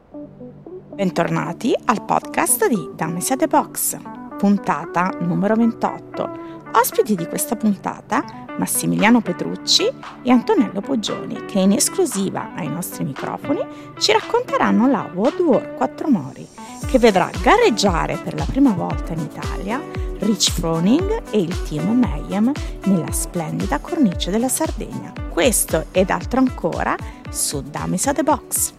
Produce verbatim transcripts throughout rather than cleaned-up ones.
Bentornati al podcast di Dames at the Box, puntata numero ventotto. Ospiti di questa puntata Massimiliano Petrucci e Antonello Poggioni, che in esclusiva ai nostri microfoni ci racconteranno la World War quattro Mori, che vedrà gareggiare per la prima volta in Italia Rich Froning e il team Mayhem nella splendida cornice della Sardegna. Questo ed altro ancora su Dames at the Box.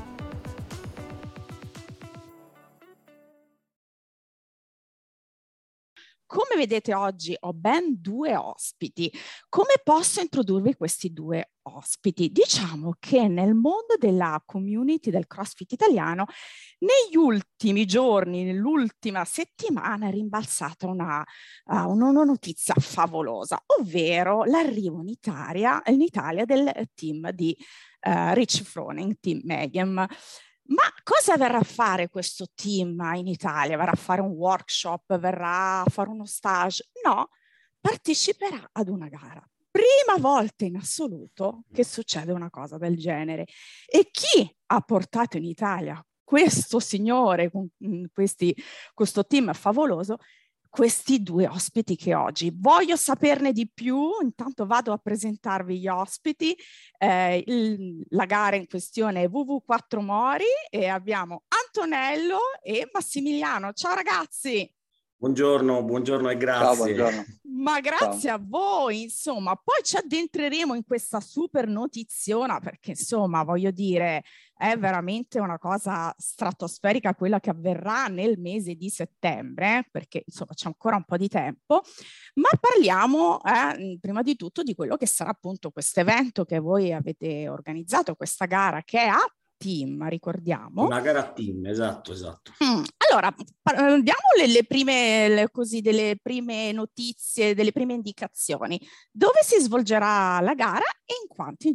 Come vedete oggi ho ben due ospiti. Come posso introdurvi questi due ospiti? Diciamo che nel mondo della community del CrossFit italiano negli ultimi giorni, nell'ultima settimana è rimbalzata una, uh, una notizia favolosa, ovvero l'arrivo in Italia, in Italia del team di uh, Rich Froning, team Mayhem. Ma cosa verrà a fare questo team in Italia? Verrà a fare un workshop? Verrà a fare uno stage? No, parteciperà ad una gara. Prima volta in assoluto che succede una cosa del genere. E chi ha portato in Italia questo signore, con questi, questo team favoloso? Questi due ospiti che oggi voglio saperne di più. Intanto vado a presentarvi gli ospiti. Eh, il, la gara in questione è W W quattro Mori e abbiamo Antonello e Massimiliano. Ciao ragazzi! Buongiorno, buongiorno e grazie. Ciao, buongiorno. Ma grazie Ciao. a voi, insomma, poi ci addentreremo in questa super notiziona perché insomma voglio dire è veramente una cosa stratosferica quella che avverrà nel mese di settembre, eh, perché insomma c'è ancora un po' di tempo, ma parliamo eh, prima di tutto di quello che sarà appunto questo evento che voi avete organizzato, questa gara che è a team, ricordiamo. Una gara a team, esatto, esatto. Mm, allora, diamo le, le prime, le, così, delle prime notizie, delle prime indicazioni. Dove si svolgerà la gara e in quanti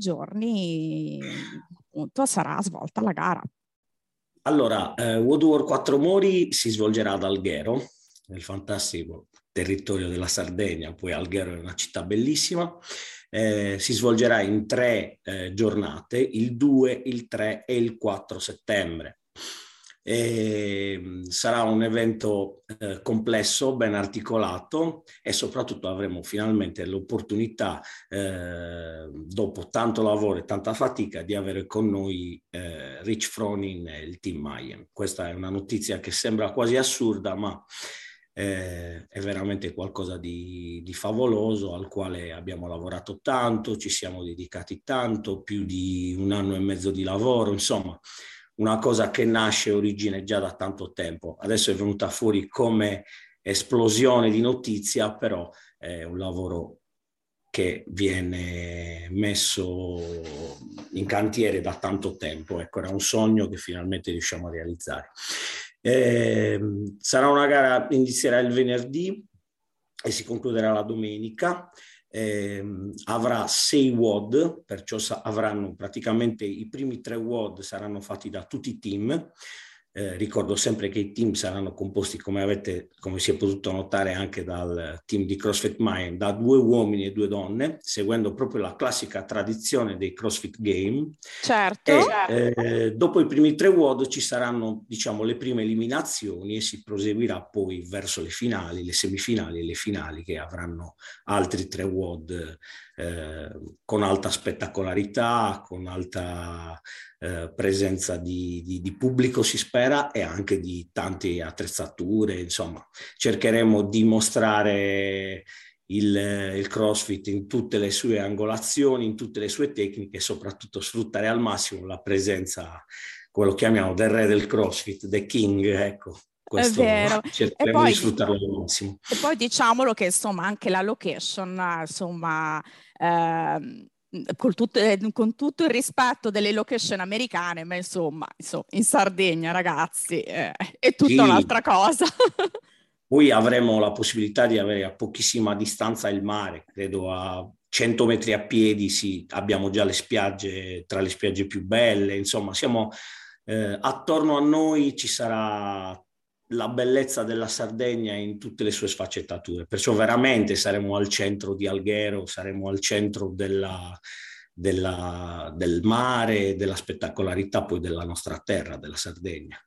giorni appunto sarà svolta la gara? Allora, eh, World War quattro Mori si svolgerà ad Alghero, nel fantastico territorio della Sardegna, poi Alghero è una città bellissima. Eh, si svolgerà in tre eh, giornate, il due, il tre e il quattro settembre. E sarà un evento eh, complesso, ben articolato e soprattutto avremo finalmente l'opportunità, eh, dopo tanto lavoro e tanta fatica, di avere con noi eh, Rich Froning e il team Mayhem. Questa è una notizia che sembra quasi assurda, ma Eh, è veramente qualcosa di, di favoloso al quale abbiamo lavorato tanto, ci siamo dedicati tanto, più di un anno e mezzo di lavoro, insomma una cosa che nasce e origina già da tanto tempo. Adesso è venuta fuori come esplosione di notizia, però è un lavoro che viene messo in cantiere da tanto tempo. Ecco, era un sogno che finalmente riusciamo a realizzare. Eh, sarà una gara, inizierà il venerdì e si concluderà la domenica. Eh, avrà sei W O D, perciò sa- avranno praticamente i primi tre W O D saranno fatti da tutti i team. Eh, ricordo sempre che i team saranno composti, come avete, come si è potuto notare anche dal team di CrossFit Mayhem, da due uomini e due donne, seguendo proprio la classica tradizione dei CrossFit Game. Certo. E eh, dopo i primi tre W O D ci saranno, diciamo, le prime eliminazioni e si proseguirà poi verso le finali, le semifinali e le finali, che avranno altri tre W O D eh, con alta spettacolarità, con alta eh, presenza di, di, di pubblico, si spera, e anche di tante attrezzature. Insomma, cercheremo di mostrare il, il CrossFit in tutte le sue angolazioni, in tutte le sue tecniche, e soprattutto sfruttare al massimo la presenza, quello che chiamiamo del re del CrossFit, the king, ecco. Questo è vero. cercheremo E poi, di sfruttarlo al massimo. E poi diciamolo che insomma anche la location, insomma, ehm, con, tutto, con tutto il rispetto delle location americane, ma insomma, insomma in Sardegna, ragazzi, eh, è tutta Sì. un'altra cosa. Poi avremo la possibilità di avere a pochissima distanza il mare, credo a cento metri a piedi, sì, abbiamo già le spiagge, tra le spiagge più belle, insomma, siamo eh, attorno a noi ci sarà la bellezza della Sardegna in tutte le sue sfaccettature, perciò veramente saremo al centro di Alghero, saremo al centro della, della, del mare, della spettacolarità poi della nostra terra, della Sardegna.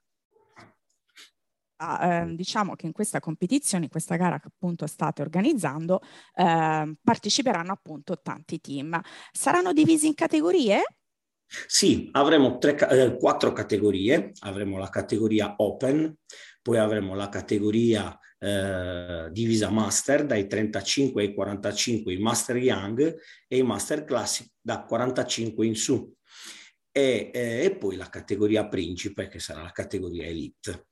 Ah, eh, diciamo che in questa competizione, in questa gara che appunto state organizzando, eh, parteciperanno appunto tanti team. Saranno divisi in categorie? Sì, avremo tre, eh, quattro categorie. Avremo la categoria Open, poi avremo la categoria eh, divisa Master dai trentacinque ai quarantacinque, i Master Young e i Master Classic da quarantacinque in su. E, eh, e poi la categoria Principe, che sarà la categoria Elite.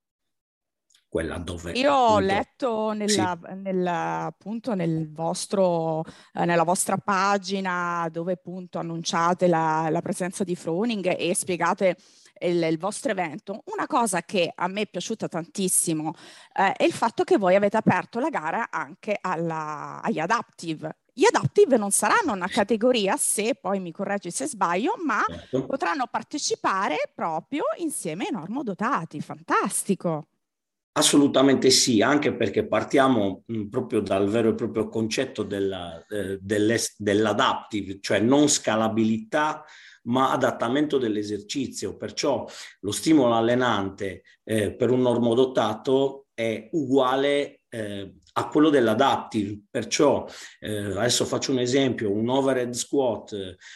Quella dove Io ho appunto, letto nella, sì. nella, appunto nel vostro, eh, nella vostra pagina dove appunto annunciate la, la presenza di Froning e spiegate il, il vostro evento. Una cosa che a me è piaciuta tantissimo eh, è il fatto che voi avete aperto la gara anche alla- agli adaptive. Gli adaptive non saranno una categoria a sé, poi mi correggi se sbaglio, ma Certo. potranno partecipare proprio insieme ai normodotati. Fantastico. Assolutamente sì, anche perché partiamo mh, proprio dal vero e proprio concetto della, eh, dell'es- dell'adaptive, cioè non scalabilità, ma adattamento dell'esercizio. Perciò lo stimolo allenante eh, per un normodotato è uguale eh, a quello dell'adaptive. Perciò eh, adesso faccio un esempio: un overhead squat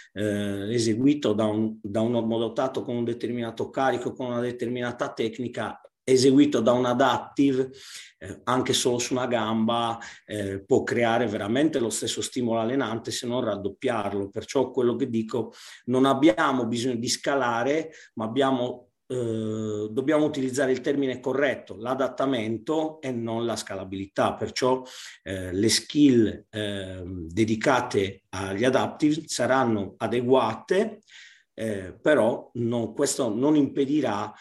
eh, eseguito da un, da un normodotato con un determinato carico, con una determinata tecnica, eseguito da un adaptive, eh, anche solo su una gamba, eh, può creare veramente lo stesso stimolo allenante, se non raddoppiarlo. Perciò quello che dico, non abbiamo bisogno di scalare, ma abbiamo eh, dobbiamo utilizzare il termine corretto, l'adattamento e non la scalabilità. Perciò eh, le skill eh, dedicate agli adaptive saranno adeguate, eh, però non, questo non impedirà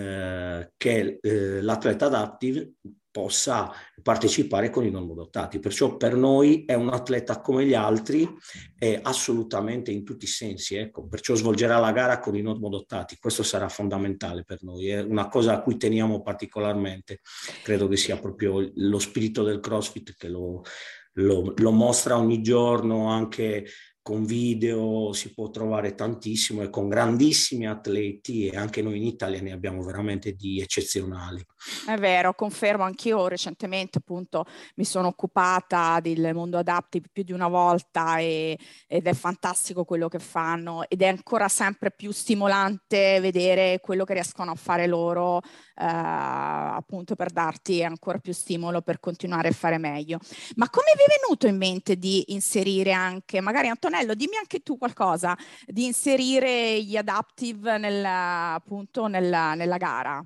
eh, che eh, l'atleta adaptive possa partecipare con i non dotati. Perciò per noi è un atleta come gli altri, e assolutamente in tutti i sensi. Ecco. Perciò svolgerà la gara con i non dotati. Questo sarà fondamentale per noi, è una cosa a cui teniamo particolarmente. Credo che sia proprio lo spirito del CrossFit che lo, lo, lo mostra ogni giorno, anche con video si può trovare tantissimo, e con grandissimi atleti, e anche noi in Italia ne abbiamo veramente di eccezionali. È vero, confermo, anch'io recentemente appunto mi sono occupata del mondo adaptive più di una volta e- ed è fantastico quello che fanno ed è ancora sempre più stimolante vedere quello che riescono a fare loro, eh, appunto per darti ancora più stimolo per continuare a fare meglio. Ma come vi è venuto in mente di inserire anche, magari Antonello, dimmi anche tu qualcosa, di inserire gli adaptive nella, appunto nella nella gara?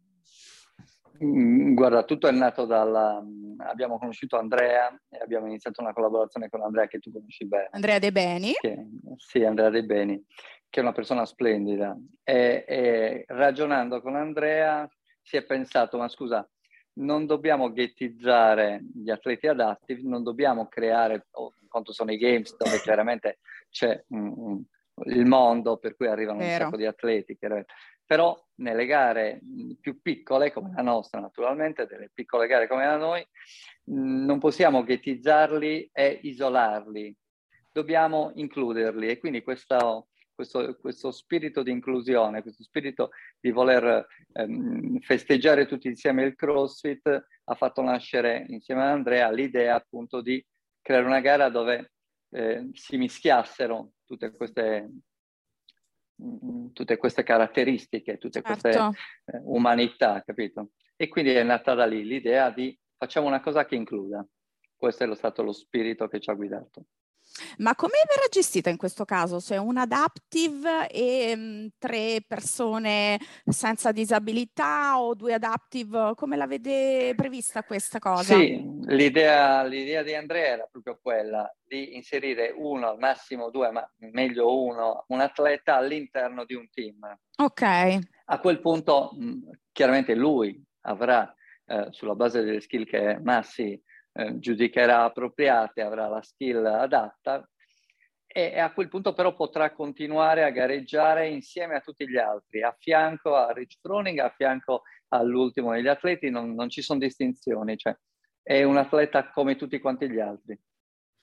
Mm, Guarda, tutto è nato dalla... mm, abbiamo conosciuto Andrea e abbiamo iniziato una collaborazione con Andrea che tu conosci bene, Andrea De Beni. che, sì, Andrea De Beni, che è una persona splendida. E, e ragionando con Andrea si è pensato, ma scusa, non dobbiamo ghettizzare gli atleti adaptive, non dobbiamo creare, oh, quanto sono i games, dove chiaramente c'è mm, mm, il mondo per cui arrivano un Vero. sacco di atleti, chiaramente. Però nelle gare più piccole, come la nostra naturalmente, delle piccole gare come la noi, non possiamo ghettizzarli e isolarli, dobbiamo includerli, e quindi questo, questo, questo spirito di inclusione, questo spirito di voler ehm, festeggiare tutti insieme il CrossFit ha fatto nascere insieme ad Andrea l'idea appunto di creare una gara dove eh, si mischiassero tutte queste tutte queste caratteristiche, tutte queste Certo. eh, umanità, capito? E quindi è nata da lì l'idea di facciamo una cosa che includa. Questo è stato lo spirito che ci ha guidato. Ma come verrà gestita in questo caso? Se un adaptive e mh, tre persone senza disabilità o due adaptive, come la vede prevista questa cosa? Sì, l'idea, l'idea di Andrea era proprio quella di inserire uno, al massimo due, ma meglio uno, un atleta all'interno di un team. Ok, A quel punto, mh, chiaramente lui avrà, eh, sulla base delle skill che Massi eh, giudicherà appropriate, avrà la skill adatta, e, e a quel punto però potrà continuare a gareggiare insieme a tutti gli altri, a fianco a Rich Froning, a fianco all'ultimo degli atleti, non, non ci sono distinzioni, cioè è un atleta come tutti quanti gli altri.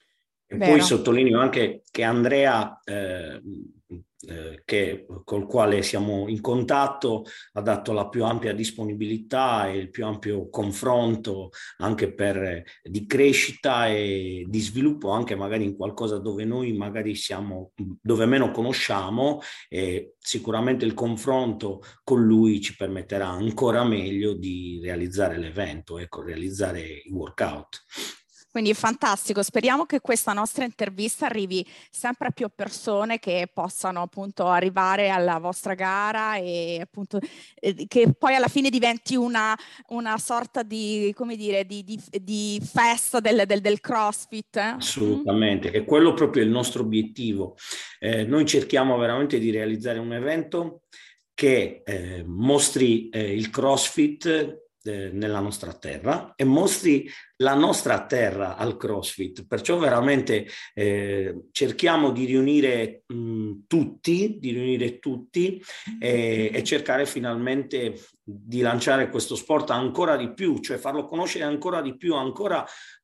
E Vero. poi sottolineo anche che Andrea, eh, eh, che, col quale siamo in contatto, ha dato la più ampia disponibilità e il più ampio confronto anche per di crescita e di sviluppo, anche magari in qualcosa dove noi magari siamo, dove meno conosciamo, e sicuramente il confronto con lui ci permetterà ancora meglio di realizzare l'evento, ecco, realizzare i workout. Quindi fantastico, speriamo che questa nostra intervista arrivi sempre a più persone che possano appunto arrivare alla vostra gara e appunto eh, che poi alla fine diventi una, una sorta di, come dire, di, di, di festa del, del, del CrossFit. Eh? Assolutamente, è quello proprio il nostro obiettivo. Eh, noi cerchiamo veramente di realizzare un evento che eh, mostri eh, il CrossFit eh, nella nostra terra e mostri la nostra terra al CrossFit, perciò veramente eh, cerchiamo di riunire mh, tutti, di riunire tutti e, e cercare finalmente di lanciare questo sport ancora di più, cioè farlo conoscere ancora di più, ancora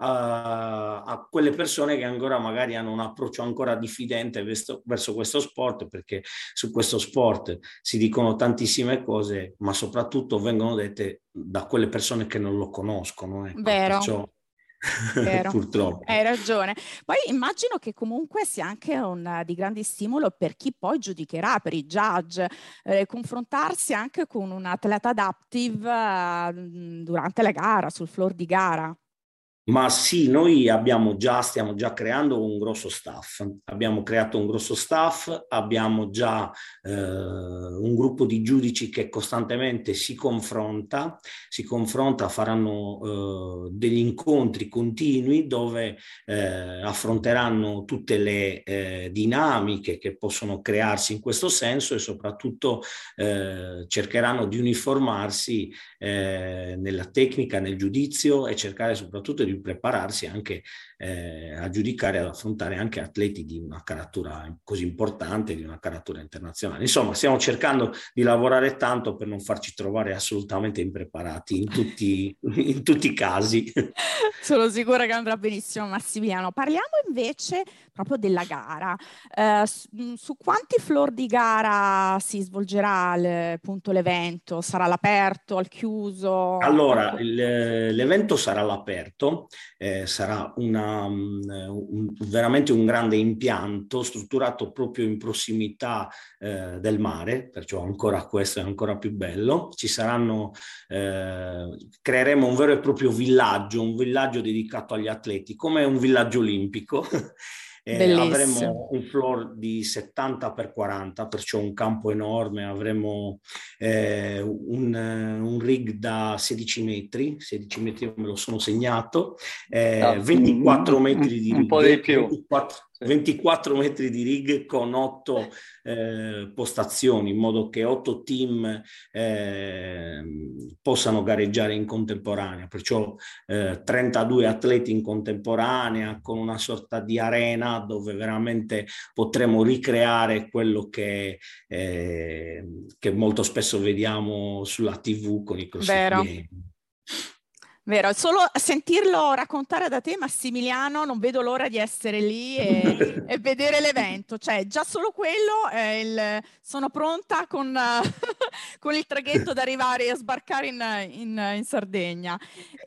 a, a quelle persone che ancora magari hanno un approccio ancora diffidente verso, verso questo sport, perché su questo sport si dicono tantissime cose, ma soprattutto vengono dette da quelle persone che non lo conoscono. Ecco. Vero. Perciò Vero. purtroppo. Hai ragione. Poi immagino che comunque sia anche un di grande stimolo per chi poi giudicherà, per i judge, eh, confrontarsi anche con un atleta adaptive eh, durante la gara, sul floor di gara. Ma sì, noi abbiamo già, stiamo già creando un grosso staff, abbiamo creato un grosso staff, abbiamo già eh, un gruppo di giudici che costantemente si confronta, si confronta, faranno eh, degli incontri continui dove eh, affronteranno tutte le eh, dinamiche che possono crearsi in questo senso e soprattutto eh, cercheranno di uniformarsi eh, nella tecnica, nel giudizio e cercare soprattutto di prepararsi anche eh, a giudicare, ad affrontare anche atleti di una caratura così importante, di una caratura internazionale. Insomma, stiamo cercando di lavorare tanto per non farci trovare assolutamente impreparati in tutti, in tutti i casi. Sono sicura che andrà benissimo, Massimiliano. Parliamo invece proprio della gara. Eh, su, su quanti floor di gara si svolgerà le, appunto, l'evento? Sarà all'aperto, al chiuso? Allora, il, l'evento sarà all'aperto, eh, sarà una, un, veramente un grande impianto strutturato proprio in prossimità eh, del mare, perciò ancora questo è ancora più bello. Ci saranno, eh, creeremo un vero e proprio villaggio, un villaggio dedicato agli atleti, come un villaggio olimpico. Eh, avremo un floor di settanta per quaranta, perciò un campo enorme, avremo eh, un, un rig da sedici metri, sedici metri me lo sono segnato, eh, no, ventiquattro metri di rig, un po' di più. ventiquattro, ventiquattro metri di rig con otto eh, postazioni, in modo che otto team eh, possano gareggiare in contemporanea, perciò eh, trentadue atleti in contemporanea con una sorta di arena dove veramente potremo ricreare quello che, eh, che molto spesso vediamo sulla tivù con i CrossFit Games. Vero, solo a sentirlo raccontare da te, Massimiliano, non vedo l'ora di essere lì e, e vedere l'evento. Cioè, già solo quello, eh, il, sono pronta con, uh, con il traghetto ad arrivare a sbarcare in, in, in Sardegna.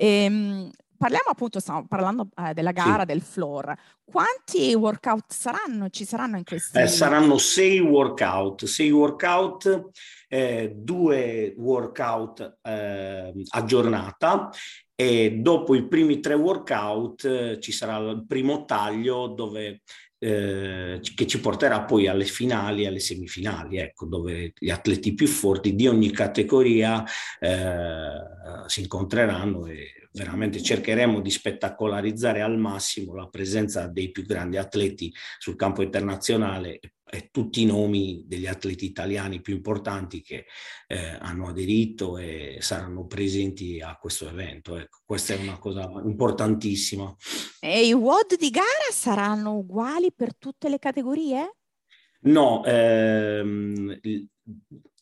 E, parliamo appunto, stiamo parlando eh, della gara, sì, del floor. Quanti workout saranno? Ci saranno in questi? Eh, saranno sei workout, sei workout, eh, due workout eh, a giornata. E dopo i primi tre workout eh, ci sarà il primo taglio dove, eh, che ci porterà poi alle finali, alle semifinali, ecco, dove gli atleti più forti di ogni categoria eh, si incontreranno e veramente cercheremo di spettacolarizzare al massimo la presenza dei più grandi atleti sul campo internazionale e tutti i nomi degli atleti italiani più importanti che eh, hanno aderito e saranno presenti a questo evento. Ecco, questa è una cosa importantissima. E i W O D di gara saranno uguali per tutte le categorie? No, ehm,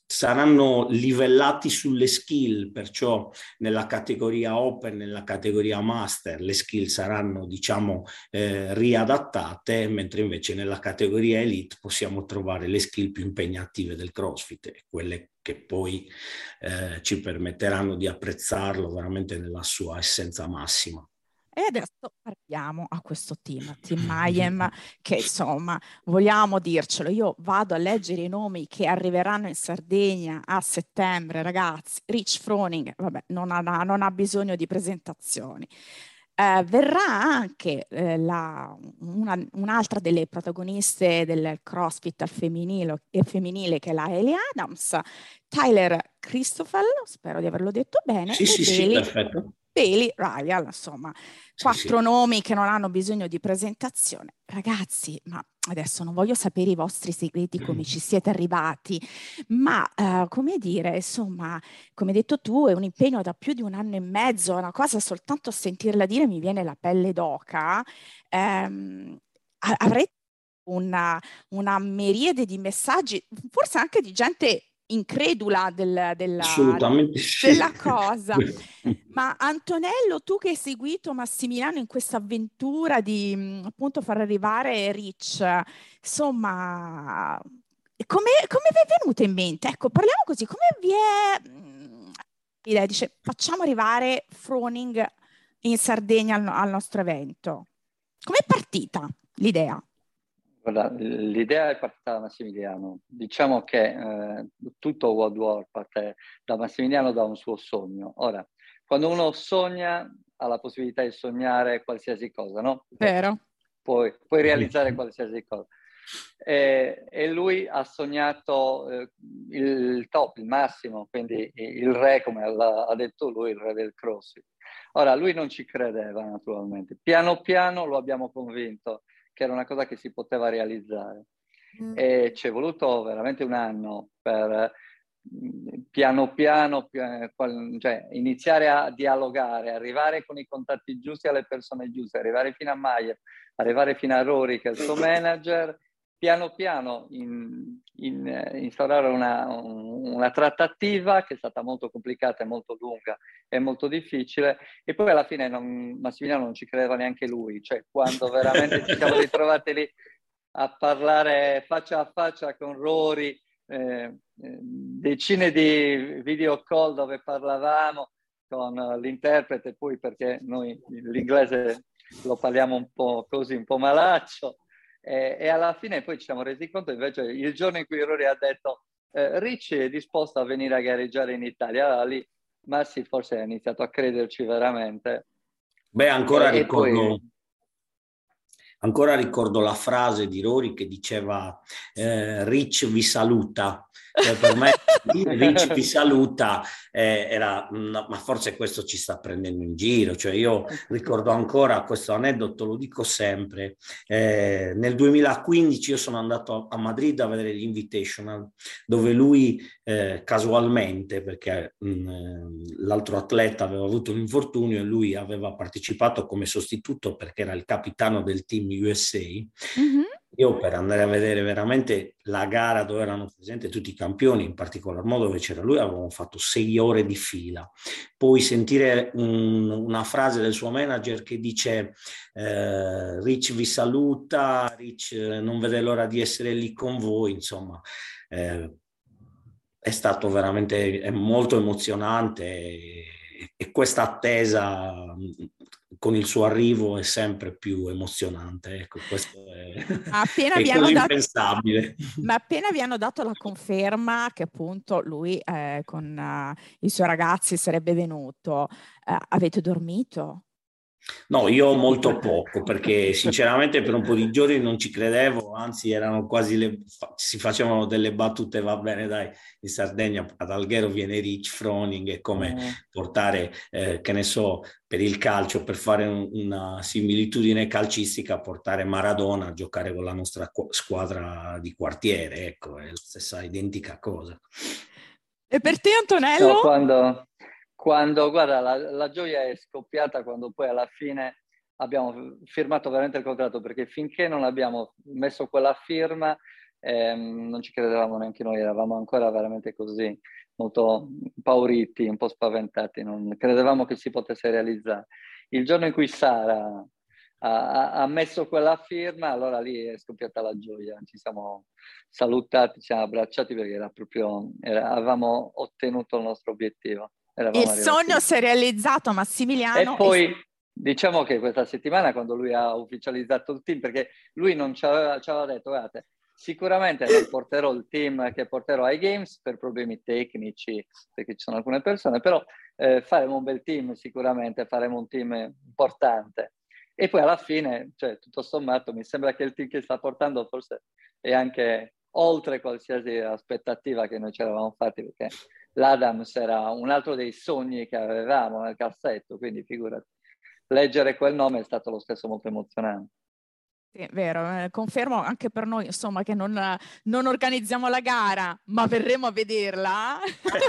saranno livellati sulle skill, perciò nella categoria Open, nella categoria Master, le skill saranno, diciamo, eh, riadattate, mentre invece nella categoria Elite possiamo trovare le skill più impegnative del CrossFit, quelle che poi eh, ci permetteranno di apprezzarlo veramente nella sua essenza massima. E adesso partiamo a questo team, Team Mayhem, che insomma, vogliamo dircelo, io vado a leggere i nomi che arriveranno in Sardegna a settembre, ragazzi. Rich Froning, vabbè, non ha, non ha bisogno di presentazioni. Eh, verrà anche eh, la, una, un'altra delle protagoniste del CrossFit al femminile, femminile, che è la Ellie Adams, Tyler Christoffel, spero di averlo detto bene, Sì, e sì, Bailey, sì, perfetto. Bailey Ryan, insomma, quattro sì, sì. nomi che non hanno bisogno di presentazione. Ragazzi, ma adesso non voglio sapere i vostri segreti, come ci siete arrivati, ma uh, come dire, insomma, come hai detto tu, è un impegno da più di un anno e mezzo, è una cosa soltanto a sentirla dire mi viene la pelle d'oca. Um, avrete una, una miriade di messaggi, forse anche di gente incredula del, della, Assolutamente sì. della cosa. Ma Antonello, tu che hai seguito Massimiliano in questa avventura di appunto far arrivare Rich, insomma, come, come vi è venuta in mente? Ecco, parliamo così, come vi è l'idea? Dice, facciamo arrivare Froning in Sardegna al, al nostro evento. Com'è partita l'idea? Guarda, l'idea è partita da Massimiliano. Diciamo che eh, tutto World War parte da Massimiliano, da un suo sogno. Ora, quando uno sogna, ha la possibilità di sognare qualsiasi cosa, no? Vero. Puoi, puoi realizzare qualsiasi cosa. E, e lui ha sognato eh, il top, il massimo, quindi il re, come ha detto lui, il re del CrossFit. Ora, lui non ci credeva, naturalmente. Piano piano lo abbiamo convinto che era una cosa che si poteva realizzare. Mm. E ci è voluto veramente un anno per piano piano, piano cioè, iniziare a dialogare, arrivare con i contatti giusti alle persone giuste, arrivare fino a Mayer, arrivare fino a Rory, che è il suo manager, piano piano in, in, instaurare una, una trattativa che è stata molto complicata, molto lunga e molto difficile, e poi alla fine non, Massimiliano non ci credeva neanche lui, cioè quando veramente ci siamo ritrovati lì a parlare faccia a faccia con Rory, eh, decine di video call dove parlavamo con l'interprete, poi perché noi l'inglese lo parliamo un po' così, un po' malaccio, e, e alla fine poi ci siamo resi conto invece il giorno in cui Rory ha detto eh, Rich è disposto a venire a gareggiare in Italia, allora lì Massi forse ha iniziato a crederci veramente. Beh, ancora e, ricordo... E poi... Ancora ricordo la frase di Rory che diceva eh, Rich vi saluta, cioè per me Rich vi saluta eh, era, ma forse questo ci sta prendendo in giro, cioè io ricordo ancora questo aneddoto, lo dico sempre, eh, nel duemilaquindici io sono andato a Madrid a vedere l'Invitational, dove lui eh, casualmente, perché mh, l'altro atleta aveva avuto un infortunio e lui aveva partecipato come sostituto perché era il capitano del team U S A. Mm-hmm. Io per andare a vedere veramente la gara dove erano presenti tutti i campioni, in particolar modo dove c'era lui, avevamo fatto sei ore di fila. Poi sentire un, una frase del suo manager che dice eh, Rich vi saluta, Rich non vede l'ora di essere lì con voi, insomma eh, è stato veramente è molto emozionante e, e questa attesa con il suo arrivo è sempre più emozionante. Ecco, questo è, appena è quasi dato, impensabile. Ma appena vi hanno dato la conferma che appunto lui eh, con uh, i suoi ragazzi sarebbe venuto, uh, avete dormito? No, io molto poco, perché sinceramente per un po' di giorni non ci credevo, anzi erano quasi le, si facevano delle battute, va bene dai, in Sardegna ad Alghero viene Rich Froning, è come mm. portare, eh, che ne so, per il calcio, per fare un, una similitudine calcistica, portare Maradona a giocare con la nostra squadra di quartiere, ecco, è la stessa identica cosa. E per te, Antonello? No, quando... Quando, guarda, la, la gioia è scoppiata quando poi alla fine abbiamo firmato veramente il contratto, perché finché non abbiamo messo quella firma ehm, non ci credevamo neanche noi, eravamo ancora veramente così, molto impauriti, un po' spaventati, non credevamo che si potesse realizzare. Il giorno in cui Sara ha, ha messo quella firma, allora lì è scoppiata la gioia, ci siamo salutati, ci siamo abbracciati perché era proprio, era, avevamo ottenuto il nostro obiettivo. Il sogno si è realizzato, Massimiliano. E poi e... diciamo che questa settimana, quando lui ha ufficializzato il team, perché lui non ci aveva, ci aveva detto, guardate, sicuramente non porterò il team che porterò ai Games per problemi tecnici, perché ci sono alcune persone, però eh, faremo un bel team sicuramente, faremo un team importante. E poi alla fine, cioè, tutto sommato, mi sembra che il team che sta portando forse è anche oltre qualsiasi aspettativa che noi ci eravamo fatti, perché l'Adams era un altro dei sogni che avevamo nel cassetto, quindi figurati, leggere quel nome è stato lo stesso molto emozionante. Sì, è vero, eh, confermo anche per noi, insomma, che non, non organizziamo la gara, ma verremo a vederla.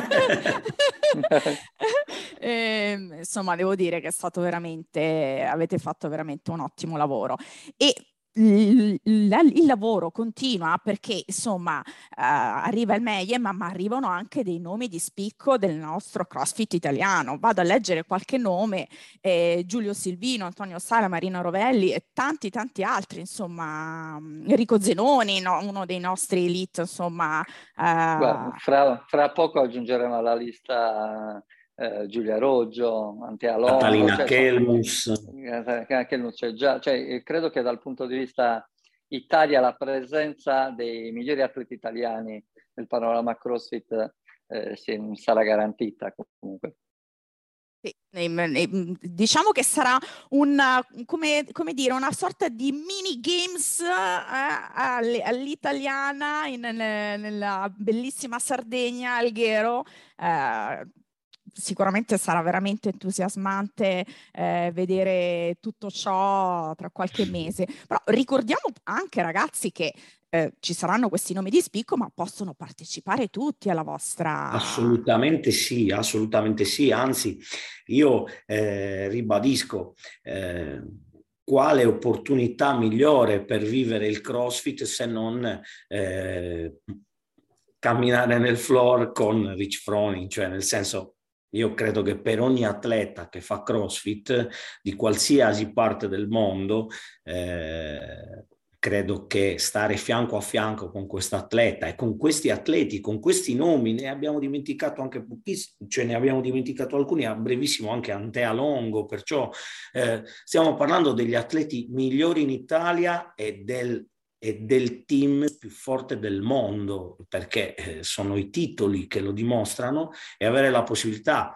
E, insomma, devo dire che è stato veramente, avete fatto veramente un ottimo lavoro. E il, il, il lavoro continua perché, insomma, uh, arriva il Mayhem, ma, ma arrivano anche dei nomi di spicco del nostro CrossFit italiano. Vado a leggere qualche nome, eh, Giulio Silvino, Antonio Sala, Marina Rovelli e tanti tanti altri, insomma, Enrico Zenoni, no? Uno dei nostri elite, insomma. Uh... Guarda, fra, fra poco aggiungeremo alla lista uh, Giulia Roggio, Antea Longo, Catalina cioè, Kelmus. Kelmus c'è già, cioè, credo che dal punto di vista Italia la presenza dei migliori atleti italiani nel panorama CrossFit eh, si, sarà garantita comunque. Sì, diciamo che sarà una, come, come dire, una sorta di mini games eh, all'italiana in, nella bellissima Sardegna, Alghero. Eh, sicuramente sarà veramente entusiasmante eh, vedere tutto ciò tra qualche mese. Però ricordiamo anche, ragazzi, che Eh, ci saranno questi nomi di spicco, ma possono partecipare tutti alla vostra... Assolutamente sì, assolutamente sì. Anzi, io eh, ribadisco eh, quale opportunità migliore per vivere il CrossFit se non eh, camminare nel floor con Rich Froning, cioè nel senso... Io credo che per ogni atleta che fa CrossFit di qualsiasi parte del mondo, eh, credo che stare fianco a fianco con questo atleta e con questi atleti, con questi nomi, ne abbiamo dimenticato anche pochissimi, cioè ne abbiamo dimenticato alcuni a brevissimo, anche Antea Longo, perciò eh, stiamo parlando degli atleti migliori in Italia e del e del team più forte del mondo, perché eh, sono i titoli che lo dimostrano, e avere la possibilità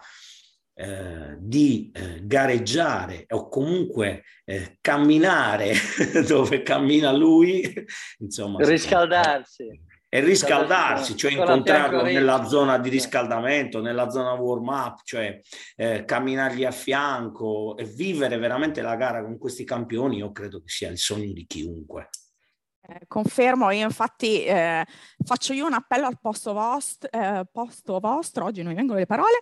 eh, di eh, gareggiare o comunque eh, camminare dove cammina lui, insomma, riscaldarsi. E riscaldarsi, cioè incontrarlo nella zona di riscaldamento, nella zona warm up, cioè eh, camminargli a fianco e vivere veramente la gara con questi campioni, io credo che sia il sogno di chiunque. Eh, confermo, io infatti eh, faccio io un appello al posto vostro, eh, posto vostro, oggi non mi vengono le parole,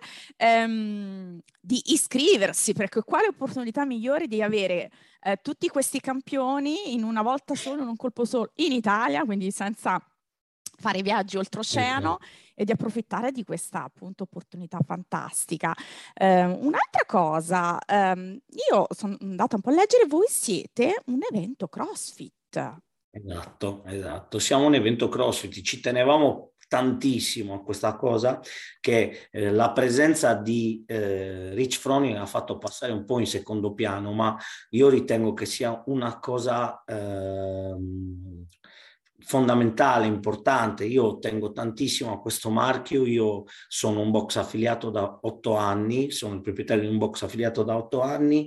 ehm, di iscriversi, perché quale opportunità migliore di avere eh, tutti questi campioni in una volta solo, in un colpo solo, in Italia, quindi senza fare viaggi oltreoceano, esatto. E di approfittare di questa appunto opportunità fantastica. Eh, un'altra cosa, ehm, io sono andata un po' a leggere, voi siete un evento CrossFit. Esatto, esatto. Siamo un evento CrossFit, ci tenevamo tantissimo a questa cosa, che eh, la presenza di eh, Rich Froning ha fatto passare un po' in secondo piano, ma io ritengo che sia una cosa eh, fondamentale, importante. Io tengo tantissimo a questo marchio, io sono un box affiliato da otto anni, sono il proprietario di un box affiliato da otto anni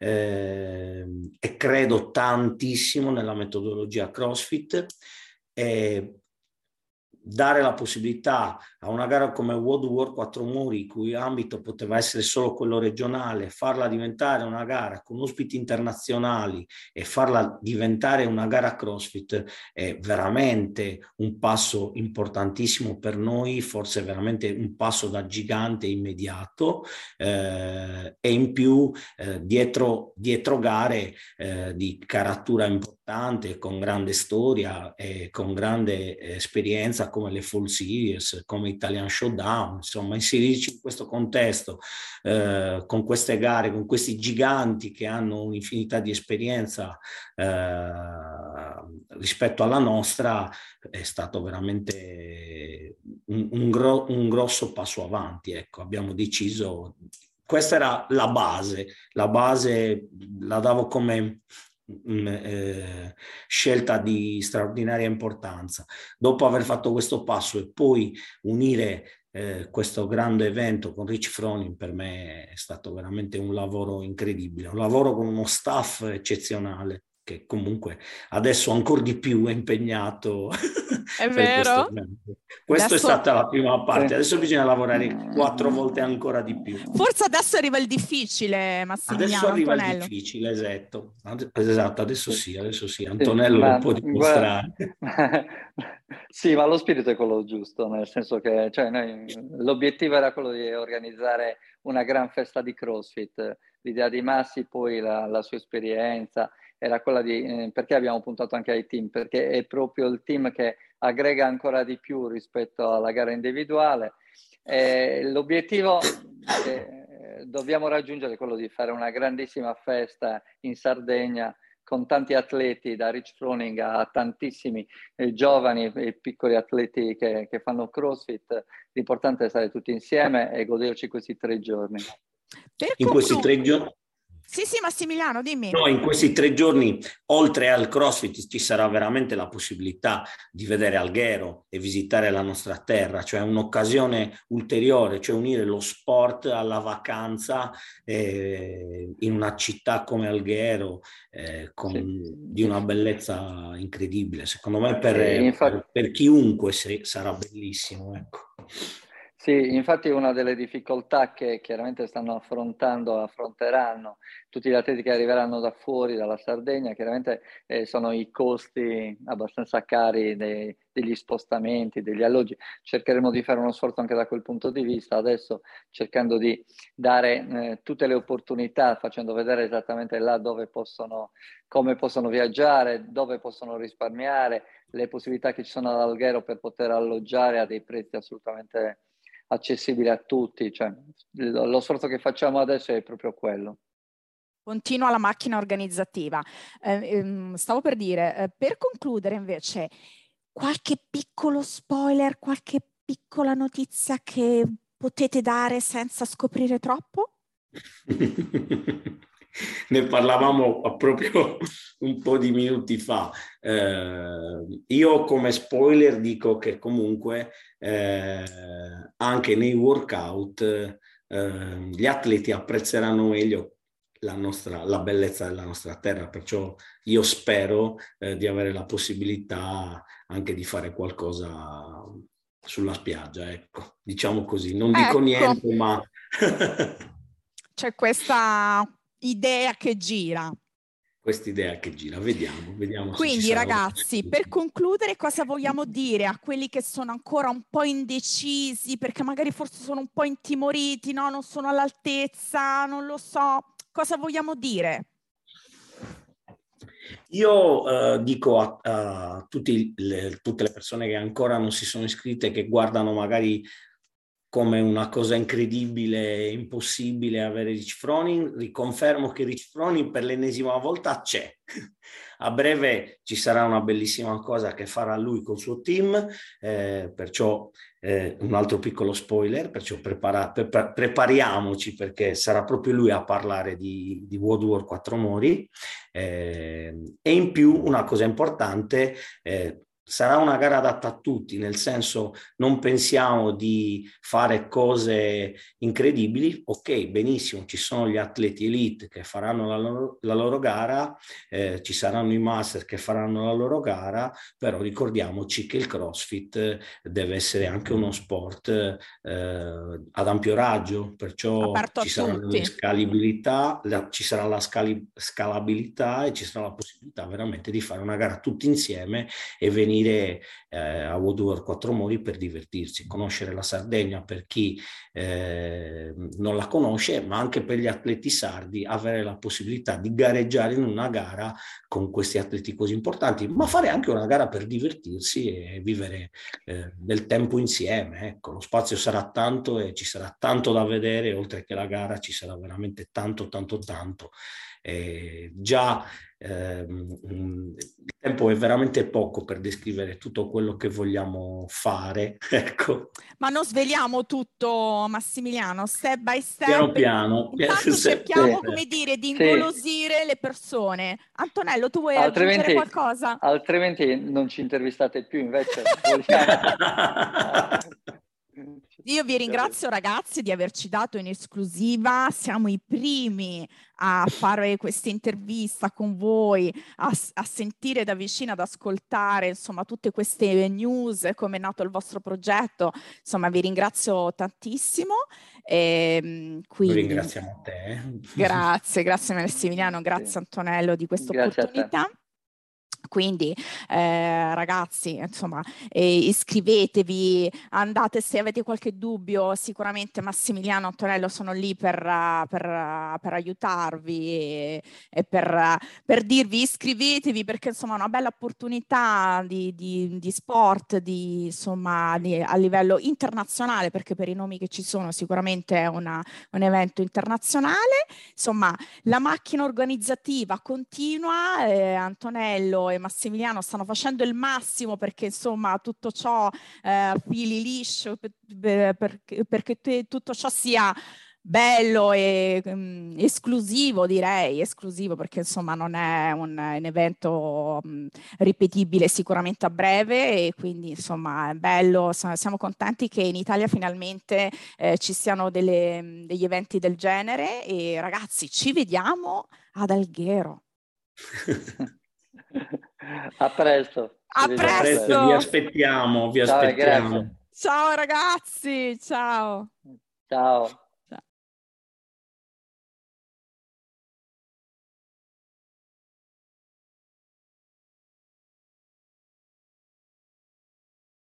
eh, e credo tantissimo nella metodologia CrossFit. E dare la possibilità a una gara come World War quattro Mori, il cui ambito poteva essere solo quello regionale, farla diventare una gara con ospiti internazionali e farla diventare una gara CrossFit è veramente un passo importantissimo per noi, forse veramente un passo da gigante immediato, eh, e in più eh, dietro, dietro gare eh, di caratura importante, con grande storia e con grande esperienza, come le Full Series, come Italian Showdown, insomma inserirci in questo contesto, eh, con queste gare, con questi giganti che hanno un'infinità di esperienza eh, rispetto alla nostra, è stato veramente un, un, gro- un grosso passo avanti. Ecco, abbiamo deciso, questa era la base, la base la davo come Eh, scelta di straordinaria importanza. Dopo aver fatto questo passo e poi unire eh, questo grande evento con Rich Froning, per me è stato veramente un lavoro incredibile, un lavoro con uno staff eccezionale che comunque adesso ancora di più è impegnato È per questo vero? evento. Questa Adesso... è stata la prima parte, Sì. adesso bisogna lavorare quattro volte ancora di più. Forse adesso arriva il difficile, Massimiliano. Adesso arriva Antonello. il difficile, esatto. Esatto, adesso Sì. sì, adesso sì. Antonello Sì, ma, lo può dimostrare. guarda, sì, ma lo spirito è quello giusto, nel senso che cioè, noi, l'obiettivo era quello di organizzare una gran festa di CrossFit. L'idea di Massi, poi la, la sua esperienza, era quella di... Eh, perché abbiamo puntato anche ai team? Perché è proprio il team che aggrega ancora di più rispetto alla gara individuale. Eh, l'obiettivo che dobbiamo raggiungere è quello di fare una grandissima festa in Sardegna con tanti atleti, da Rich Froning a tantissimi eh, giovani e piccoli atleti che, che fanno CrossFit. L'importante è stare tutti insieme e goderci questi tre giorni. Per in questi tre giorni Sì, sì, Massimiliano, dimmi. No, in questi tre giorni, oltre al CrossFit, ci sarà veramente la possibilità di vedere Alghero e visitare la nostra terra, cioè un'occasione ulteriore, cioè unire lo sport alla vacanza eh, in una città come Alghero, eh, con, Sì. di una bellezza incredibile. Secondo me per, infatti, per, per chiunque se, sarà bellissimo, ecco. Sì, infatti una delle difficoltà che chiaramente stanno affrontando, affronteranno tutti gli atleti che arriveranno da fuori, dalla Sardegna, chiaramente eh, sono i costi abbastanza cari dei, degli spostamenti, degli alloggi. Cercheremo di fare uno sforzo anche da quel punto di vista, adesso cercando di dare eh, tutte le opportunità, facendo vedere esattamente là dove possono, come possono viaggiare, dove possono risparmiare, le possibilità che ci sono ad Alghero per poter alloggiare a dei prezzi assolutamente accessibile a tutti, cioè lo, lo sforzo che facciamo adesso è proprio quello. Continua la macchina organizzativa. Eh, ehm, stavo per dire, eh, per concludere invece, qualche piccolo spoiler, qualche piccola notizia che potete dare senza scoprire troppo? Ne parlavamo proprio un po' di minuti fa. Eh, io come spoiler dico che comunque eh, anche nei workout eh, gli atleti apprezzeranno meglio la, nostra, la bellezza della nostra terra, perciò io spero eh, di avere la possibilità anche di fare qualcosa sulla spiaggia, ecco, diciamo così. Non dico ecco. niente, ma... C'è questa idea che gira. Questa idea che gira, vediamo, vediamo. Quindi se ci sarà ragazzi, un... per concludere, cosa vogliamo dire a quelli che sono ancora un po' indecisi, perché magari forse sono un po' intimoriti, no? Non sono all'altezza, non lo so. Cosa vogliamo dire? Io eh, dico a, a tutti le, tutte le persone che ancora non si sono iscritte, che guardano magari come una cosa incredibile e impossibile avere Rich Froning, riconfermo che Rich Froning per l'ennesima volta c'è. A breve ci sarà una bellissima cosa che farà lui col suo team, eh, perciò eh, un altro piccolo spoiler, perciò prepara, pre- prepariamoci perché sarà proprio lui a parlare di, di World War quattro Mori, eh, e in più una cosa importante, eh, sarà una gara adatta a tutti, nel senso non pensiamo di fare cose incredibili, ok, benissimo, ci sono gli atleti elite che faranno la loro, la loro gara, eh, ci saranno i master che faranno la loro gara, però ricordiamoci che il CrossFit deve essere anche uno sport eh, ad ampio raggio, perciò Aperto a ci saranno tutti. le scalabilità, la, ci sarà la scali, scalabilità e ci sarà la possibilità veramente di fare una gara tutti insieme e venire eh, a Woodward Quattro Mori per divertirsi, conoscere la Sardegna per chi eh, non la conosce, ma anche per gli atleti sardi avere la possibilità di gareggiare in una gara con questi atleti così importanti, ma fare anche una gara per divertirsi e vivere eh, del tempo insieme. Ecco, lo spazio sarà tanto e ci sarà tanto da vedere, oltre che la gara ci sarà veramente tanto, tanto, tanto. Eh, già ehm, il tempo è veramente poco per descrivere tutto quello che vogliamo fare, ecco. Ma non sveliamo tutto, Massimiliano, step by Piano step. piano. Intanto cerchiamo, come dire, di ingolosire Sì. le persone. Antonello, tu vuoi altrimenti, aggiungere qualcosa? Altrimenti non ci intervistate più, invece vogliamo... Io vi ringrazio ragazzi di averci dato in esclusiva, siamo i primi a fare questa intervista con voi, a, a sentire da vicino, ad ascoltare insomma tutte queste news, come è nato il vostro progetto, insomma vi ringrazio tantissimo. E, quindi, ringraziamo a te. Grazie, grazie Massimiliano, grazie Sì. Antonello di questa Grazie opportunità. Quindi eh, ragazzi, insomma, eh, iscrivetevi, andate se avete qualche dubbio, sicuramente Massimiliano e Antonello sono lì per, uh, per, uh, per aiutarvi e, e per, uh, per dirvi iscrivetevi, perché insomma è una bella opportunità di, di, di sport di, insomma, di, a livello internazionale, perché per i nomi che ci sono sicuramente è una, un evento internazionale. Insomma, la macchina organizzativa continua, eh, Antonello e Massimiliano stanno facendo il massimo perché insomma tutto ciò eh, fili liscio, per, per, perché te, tutto ciò sia bello e um, esclusivo, direi, esclusivo, perché insomma non è un, un evento um, ripetibile sicuramente a breve, e quindi insomma è bello, siamo contenti che in Italia finalmente eh, ci siano delle, degli eventi del genere, e ragazzi ci vediamo ad Alghero. A presto. A presto. Vi aspettiamo, vi Ciao, aspettiamo. grazie. Ciao ragazzi, ciao. Ciao.